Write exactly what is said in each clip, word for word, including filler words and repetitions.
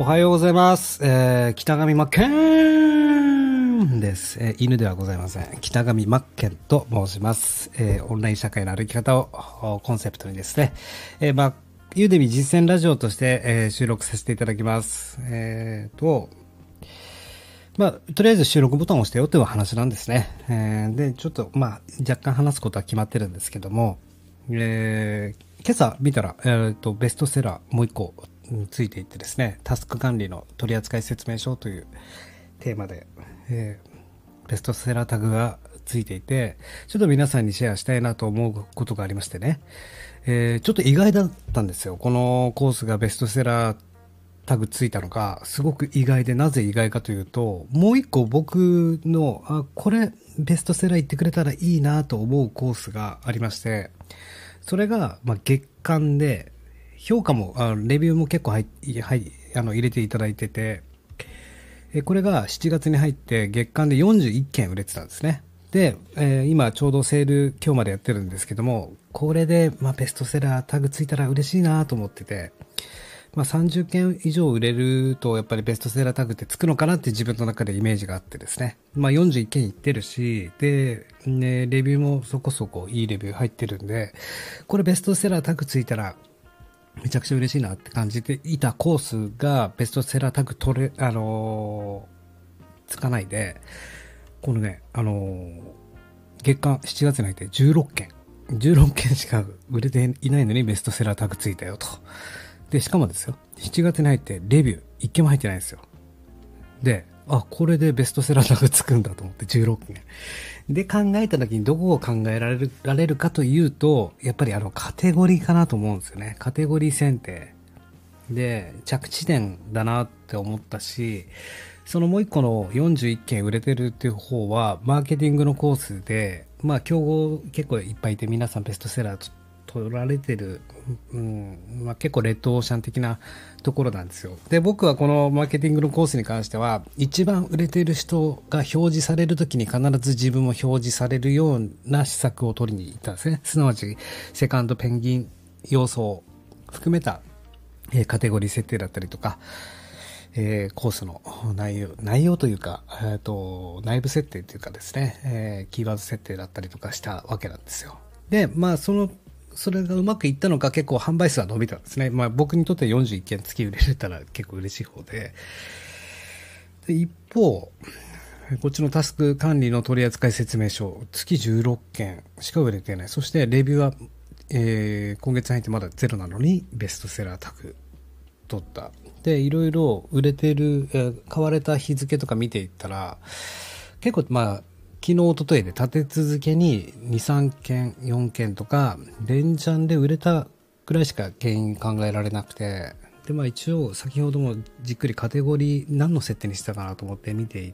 おはようございます。えー、北上真剣です、えー。犬ではございません。北上真剣と申します。えー、オンライン社会の歩き方をコンセプトにですね、えー、まあ、ユーデミ実践ラジオとして、えー、収録させていただきます。えーと、まあ、とりあえず収録ボタンを押してよという話なんですね。えー、で、ちょっと、まあ、若干話すことは決まってるんですけども、えー、今朝見たら、えーと、ベストセラーもう一個ついていってですね、タスク管理の取扱説明書というテーマで、えー、ベストセラータグがついていて、ちょっと皆さんにシェアしたいなと思うことがありましてね、えー、ちょっと意外だったんですよ。このコースがベストセラータグついたのがすごく意外で、なぜ意外かというと、もう一個僕のあこれベストセラー言ってくれたらいいなと思うコースがありまして、それがまあ月間で評価もあレビューも結構入入あの入れていただいてて、これがしちがつに入って月間でよんじゅういっけん売れてたんですね。で、えー、今ちょうどセール今日までやってるんですけども、これでまあベストセラータグついたら嬉しいなと思ってて、まあ、さんじゅっけん以上売れるとやっぱりベストセラータグってつくのかなって自分の中でイメージがあってですね。まあ、よんじゅういっけんいってるし、で、ね、レビューもそこそこいいレビュー入ってるんで、これベストセラータグついたらめちゃくちゃ嬉しいなって感じていたコースがベストセラータグ取れ、あのー、つかないで、このね、あのー、月間しちがつに入ってじゅうろっけん、じゅうろっけんしか売れていないのにベストセラータグついたよと。で、しかもですよ、しちがつに入ってレビューいっけんも入ってないんですよ。で、あ、これでベストセラータグつくんだと思ってじゅうろっけん。で、考えた時にどこを考えられる、られるかというと、やっぱりあのカテゴリーかなと思うんですよね。カテゴリー選定。で、着地点だなって思ったし、そのもう一個のよんじゅういっけん売れてるっていう方は、マーケティングのコースで、まあ競合結構いっぱいいて皆さんベストセラー取られてる、うんまあ、結構レッドオーシャン的なところなんですよ。で、僕はこのマーケティングのコースに関しては、一番売れている人が表示されるときに必ず自分も表示されるような施策を取りに行ったんですね。すなわち、セカンドペンギン要素を含めた、えー、カテゴリー設定だったりとか、えー、コースの内容、内容というか、えーと、内部設定というかですね、えー、キーワード設定だったりとかしたわけなんですよ。で、まあ、その、それがうまくいったのか結構販売数は伸びたんですね。まあ僕にとってよんじゅういっけん月売れれたら結構嬉しい方で。で一方、こっちのタスク管理の取扱説明書、月じゅうろっけんしか売れてない。そしてレビューは、えー、今月入ってまだゼロなのにベストセラータグ取った。で、いろいろ売れてる、えー、買われた日付とか見ていったら、結構まあ、昨日、一昨日で立て続けにに、さんけん、よんけんとか、連チャンで売れたくらいしか原因考えられなくて、で、まあ一応先ほどもじっくりカテゴリー何の設定にしたかなと思って見ていって、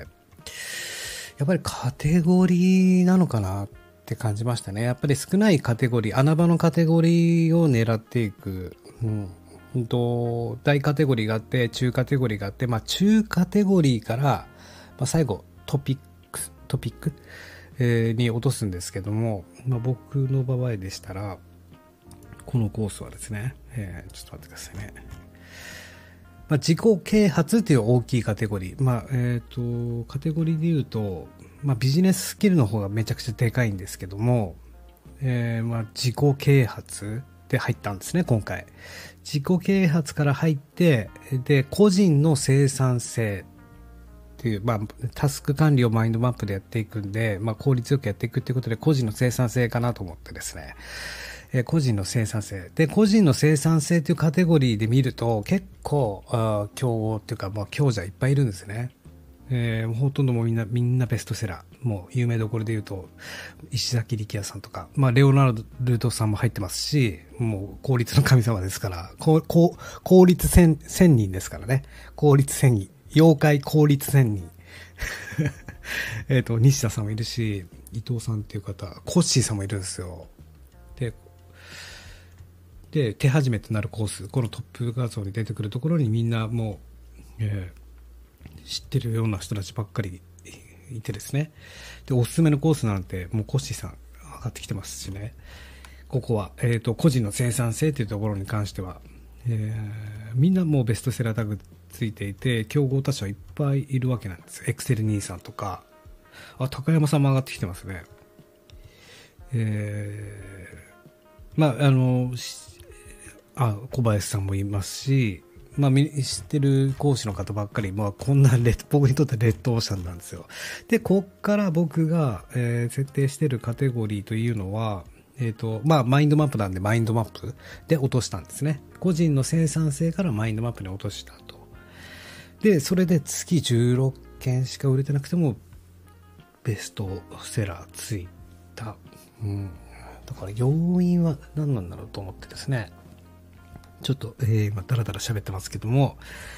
やっぱりカテゴリーなのかなって感じましたね。やっぱり少ないカテゴリー、穴場のカテゴリーを狙っていく。うん。と大カテゴリーがあって、中カテゴリーがあって、まあ中カテゴリーから、まあ最後、トピック、トピック、えー、に落とすんですけども、まあ、僕の場合でしたら、このコースはですね、えー、ちょっと待ってくださいね。まあ、自己啓発という大きいカテゴリー。まあ、えっと、カテゴリーで言うと、まあ、ビジネススキルの方がめちゃくちゃでかいんですけども、えー、まあ、自己啓発で入ったんですね、今回。自己啓発から入って、で、個人の生産性、っていう、まあ、タスク管理をマインドマップでやっていくんで、まあ、効率よくやっていくっていうことで、個人の生産性かなと思ってですね、えー、個人の生産性。で、個人の生産性というカテゴリーで見ると、結構、あ競合っていうか、まあ、強者いっぱいいるんですね。えー、ほとんどもみんな、みんなベストセラー。もう、有名どころで言うと、石崎力也さんとか、まあ、レオナルドさんも入ってますし、もう、効率の神様ですから、こう、こう、効率千、千人ですからね。効率千人。妖怪効率千人。えっと、西田さんもいるし、伊藤さんっていう方、コッシーさんもいるんですよ。で、で、手始めとなるコース、このトップ画像に出てくるところにみんなもう、えー、知ってるような人たちばっかりいてですね。で、おすすめのコースなんて、もうコッシーさん上がってきてますしね。ここは、えっと、個人の生産性というところに関しては、 えー、みんなもうベストセラータグついていて、競合他社いっぱいいるわけなんです。エクセル兄さんとか、あ、高山さんも上がってきてますね。えー、まあ、あの、あ、小林さんもいますし、まあ、知ってる講師の方ばっかり、まあ、こんなレ僕にとってレッドオーシャンなんですよ。で、こっから僕が、えー、設定してるカテゴリーというのは、えっと、まあ、マインドマップなんで、マインドマップで落としたんですね。個人の生産性からマインドマップに落としたと。で、それで月じゅうろっけんしか売れてなくても、ベストセラーついた。うん。だから要因は何なんだろうと思ってですね。ちょっと、えー、今、だらだら喋ってますけども、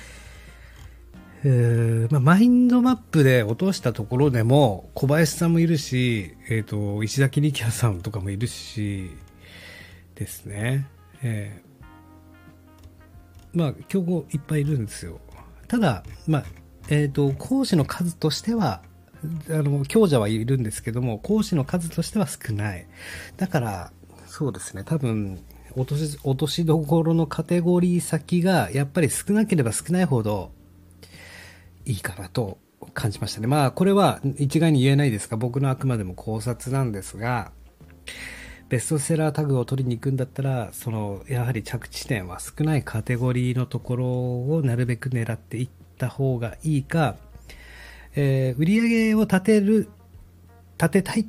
えーまあ、マインドマップで落としたところでも小林さんもいるし、えー、と石崎力也さんとかもいるしですね、えー、まあ競合いっぱいいるんですよ。ただ、まあえー、と講師の数としてはあの強者はいるんですけども、講師の数としては少ない。だからそうですね、多分落とし、落としどころのカテゴリー先がやっぱり少なければ少ないほどいいかなと感じましたね。まあこれは一概に言えないですが、僕のあくまでも考察なんですが、ベストセラータグを取りに行くんだったら、そのやはり着地点は少ないカテゴリーのところをなるべく狙っていった方がいいか、えー、売り上げを立てる立てたいって、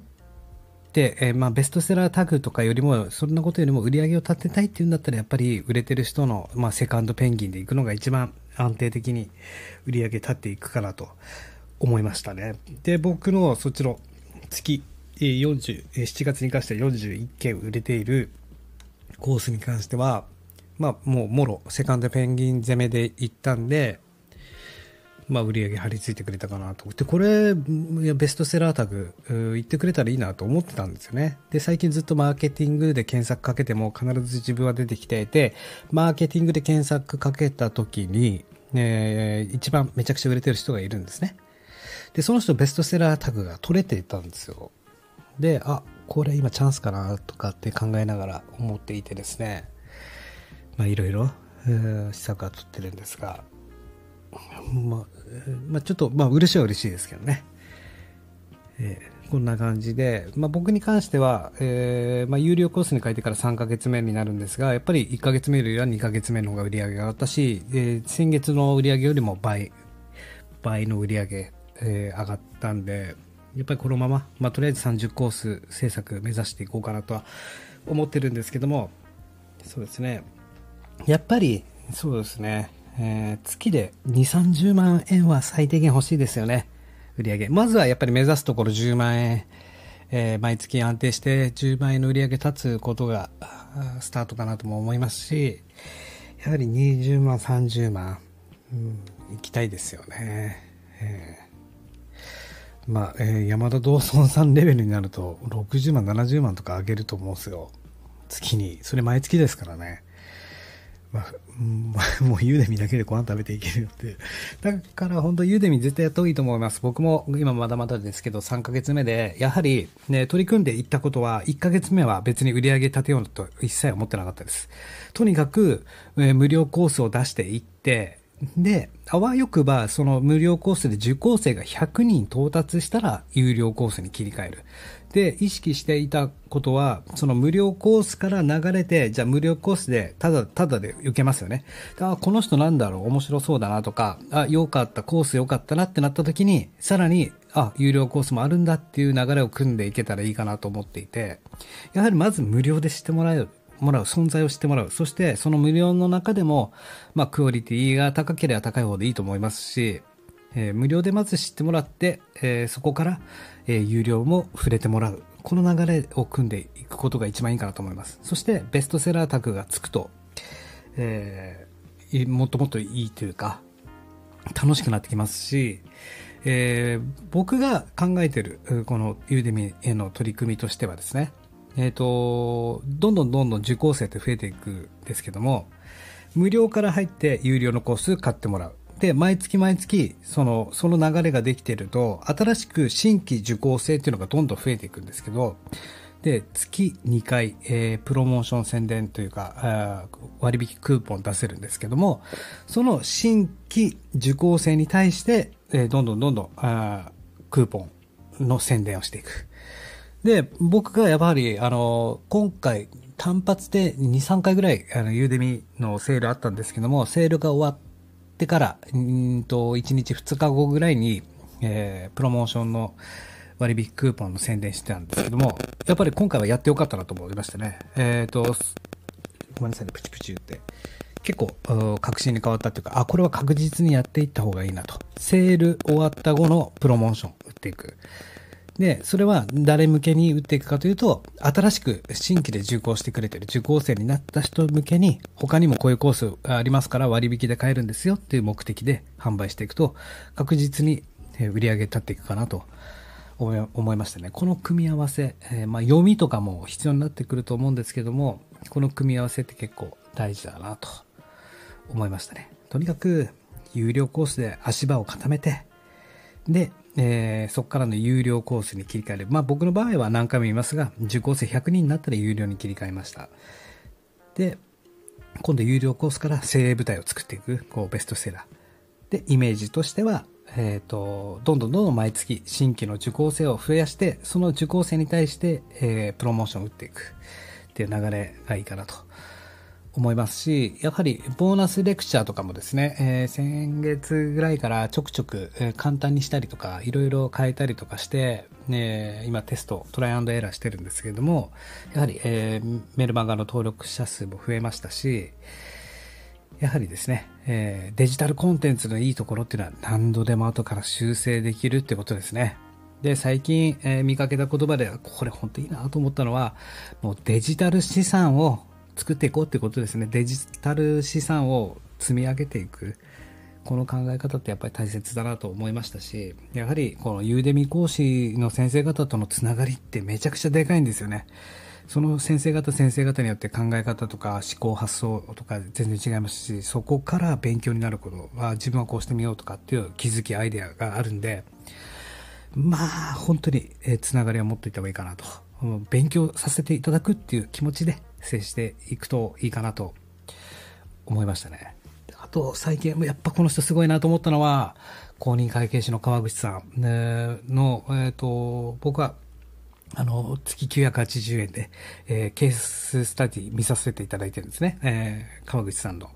えー、まあベストセラータグとかよりもそんなことよりも売り上げを立てたいっていうんだったら、やっぱり売れてる人の、まあ、セカンドペンギンで行くのが一番安定的に売り上げ立っていくかなと思いましたね。で、僕のそっちの月よんじゅう、しちがつに関してよんじゅういっけん売れているコースに関しては、まあもうもろセカンドペンギン攻めで行ったんで、まあ売り上げ張り付いてくれたかなと。で、これ、いやベストセラータグ言ってくれたらいいなと思ってたんですよね。で、最近ずっとマーケティングで検索かけても必ず自分は出てきていて、マーケティングで検索かけた時に、えー、一番めちゃくちゃ売れてる人がいるんですね。で、その人ベストセラータグが取れていたんですよ。で、あ、これ今チャンスかなとかって考えながら思っていてですね、まあいろいろ施策は取ってるんですが、まあ、まあ、ちょっと、まあ、嬉しいは嬉しいですけどね。えー、こんな感じで、まあ、僕に関しては、えーまあ、有料コースに書いてからさんかげつめになるんですが、やっぱりいっかげつめよりはにかげつめの方が売り上げが上がったし、えー、先月の売り上げよりも倍、倍の売り上げ、えー、上がったんで、やっぱりこのまま、まあ、とりあえずさんじゅっコース制作目指していこうかなとは思ってるんですけども、そうですね。やっぱり、そうですね。えー、月でにじゅう、さんじゅうまんえんは最低限欲しいですよね。売り上げ。まずはやっぱり目指すところじゅうまんえん、えー、毎月安定してじゅうまんえんの売り上げ立つことがスタートかなとも思いますし、やはりにじゅうまん、さんじゅうまん、うん、行きたいですよね。えー、まあ、えー、山田道尊さんレベルになるとろくじゅうまん、ななじゅうまんとか上げると思うんですよ。月に。それ毎月ですからね。まあ、もうユーデミだけでご飯食べていけるよって。だから本当ユーデミ絶対やった方がいいと思います。僕も今まだまだですけどさんかげつめで、やはりね、取り組んでいったことはいっかげつめは別に売り上げ立てようと一切思ってなかったです。とにかく、えー、無料コースを出していって、で、あわよくばその無料コースで受講生がひゃくにん到達したら有料コースに切り替える。で、意識していたことは、その無料コースから流れて、じゃあ無料コースで、ただ、ただで受けますよね。あ、この人なんだろう、面白そうだなとか、あ、良かった、コース良かったなってなった時に、さらに、あ、有料コースもあるんだっていう流れを組んでいけたらいいかなと思っていて、やはりまず無料で知ってもらう。もらう、存在を知ってもらう。そして、その無料の中でも、まあ、クオリティが高ければ高い方でいいと思いますし、えー、無料でまず知ってもらって、えー、そこから、えー、有料も触れてもらう。この流れを組んでいくことが一番いいかなと思います。そして、ベストセラータグがつくと、えー、もっともっといいというか、楽しくなってきますし、えー、僕が考えている、このユーデミへの取り組みとしてはですね、えっと、どんどんどんどん受講生って増えていくんですけども、無料から入って有料のコース買ってもらう。で、毎月毎月、その、その流れができていると、新しく新規受講生っていうのがどんどん増えていくんですけど、 で、月にかい、えー、プロモーション宣伝というか、割引クーポン出せるんですけども、その新規受講生に対して、えー、どんどんどんどんあクーポンの宣伝をしていく。で、僕がやはり、あの、今回、単発でに、さんかいぐらい、あの、ユーデミのセールあったんですけども、セールが終わってから、うんと、いちにちふつかごぐらいに、えー、プロモーションの割引クーポンの宣伝してたんですけども、やっぱり今回はやってよかったなと思いましたね。えっと、ごめんなさいね、プチプチ言って。結構、確信に変わったというか、あ、これは確実にやっていった方がいいなと。セール終わった後のプロモーション打っていく。で、それは誰向けに打っていくかというと、新しく新規で受講してくれている受講生になった人向けに、他にもこういうコースありますから割引で買えるんですよっていう目的で販売していくと、確実に売り上げ立っていくかなと思いましたね。この組み合わせ、えー、まあ読みとかも必要になってくると思うんですけども、この組み合わせって結構大事だなと思いましたね。とにかく、有料コースで足場を固めて、で、えー、そこからの有料コースに切り替える。まあ僕の場合は何回も言いますが、受講生ひゃくにんになったら有料に切り替えました。で、今度有料コースから精鋭部隊を作っていく、こうベストセラー。で、イメージとしては、えっと、どんどんどんどん毎月新規の受講生を増やして、その受講生に対して、えー、プロモーションを打っていくっていう流れがいいかなと思いますし、やはりボーナスレクチャーとかもですね、えー、先月ぐらいからちょくちょく、えー、簡単にしたりとか、いろいろ変えたりとかして、ね、今テスト、トライアンドエラーしてるんですけれども、やはり、えー、メルマガの登録者数も増えましたし、やはりですね、えー、デジタルコンテンツのいいところっていうのは何度でも後から修正できるってことですね。で、最近、えー、見かけた言葉で、これ本当いいなと思ったのは、もうデジタル資産を作っていこうってことですね。デジタル資産を積み上げていく。この考え方ってやっぱり大切だなと思いましたし、やはりこのユーデミ講師の先生方とのつながりってめちゃくちゃでかいんですよね。その先生方先生方によって考え方とか思考発想とか全然違いますし、そこから勉強になることは自分はこうしてみようとかっていう気づきアイデアがあるんで、まあ本当につながりを持っていった方がいいかなと。勉強させていただくっていう気持ちで接していくといいかなと思いましたね。あと最近やっぱこの人すごいなと思ったのは、公認会計士の川口さんの、えっと、僕はあの、月きゅうひゃくはちじゅうえんで、えー、ケーススタディ見させていただいてるんですね。えー、川口さんの。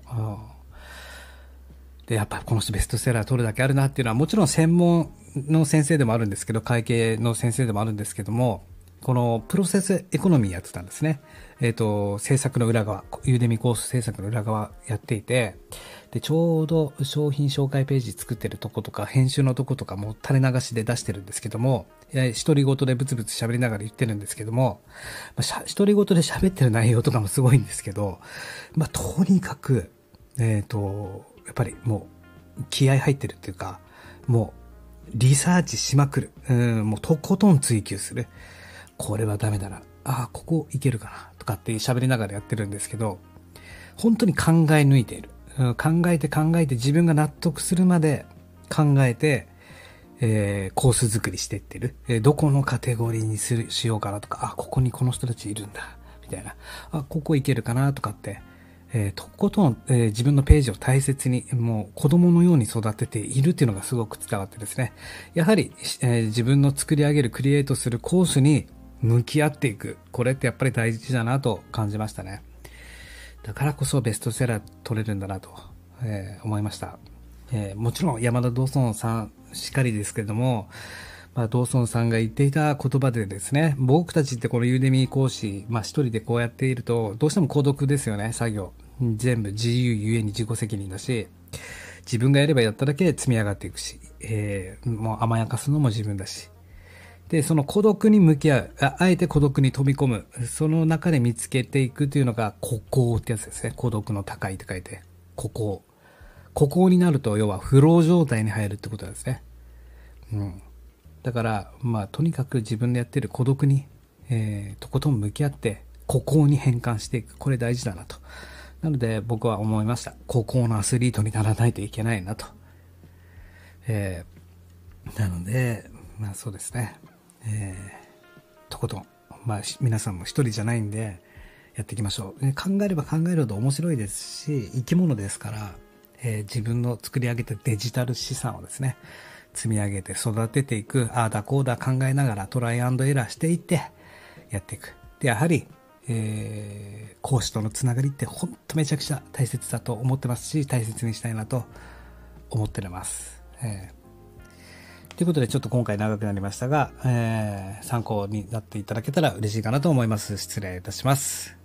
で、やっぱこの人ベストセラー取るだけあるなっていうのは、もちろん専門の先生でもあるんですけど、会計の先生でもあるんですけども、このプロセスエコノミーやってたんですね。えっと、制作の裏側、ユーデミコース制作の裏側やっていて、で、ちょうど商品紹介ページ作ってるとことか、編集のとことかも垂れ流しで出してるんですけども、独り言でブツブツ喋りながら言ってるんですけども、まあ、独り言で喋ってる内容とかもすごいんですけど、まあ、とにかく、えっと、やっぱりもう、気合入ってるっていうか、もう、リサーチしまくる。うん、もうとことん追求する。これはダメだな。ああ、ここいけるかな。とかって喋りながらやってるんですけど、本当に考え抜いている。うん、考えて考えて自分が納得するまで考えて、えー、コース作りしていってる。えー、どこのカテゴリーにする、しようかなとか、あ、ここにこの人たちいるんだ。みたいな。あ、ここいけるかなとかって、えー、とことん、えー、自分のページを大切に、もう子供のように育てているっていうのがすごく伝わってですね。やはり、えー、自分の作り上げる、クリエイトするコースに向き合っていく。これってやっぱり大事だなと感じましたね。だからこそベストセラー取れるんだなと、えー、思いました。えー、もちろん山田道尊さんしっかりですけれども、まあ、道尊さんが言っていた言葉でですね、僕たちってこのユーデミー講師、まあ一人でこうやっていると、どうしても孤独ですよね、作業。全部自由ゆえに自己責任だし、自分がやればやっただけ積み上がっていくし、えー、もう甘やかすのも自分だし。で、その孤独に向き合う、あ、あえて孤独に飛び込む、その中で見つけていくというのが、孤高ってやつですね。孤独の高いって書いて、孤高。孤高になると、要はフロー状態に入るってことですね。うん。だから、まあ、とにかく自分でやってる孤独に、えー、とことん向き合って、孤高に変換していく。これ大事だなと。なので、僕は思いました。孤高のアスリートにならないといけないなと。えー、なので、まあそうですね。えー、とことんまあ、皆さんも一人じゃないんで、やっていきましょう。考えれば考えるほど面白いですし、生き物ですから、えー、自分の作り上げたデジタル資産をですね、積み上げて育てていく、ああだこうだ考えながらトライアンドエラーしていって、やっていく。で、やはり、えー、講師とのつながりって本当めちゃくちゃ大切だと思ってますし、大切にしたいなと思っております。えー、ということでちょっと今回長くなりましたが、えー、参考になっていただけたら嬉しいかなと思います。失礼いたします。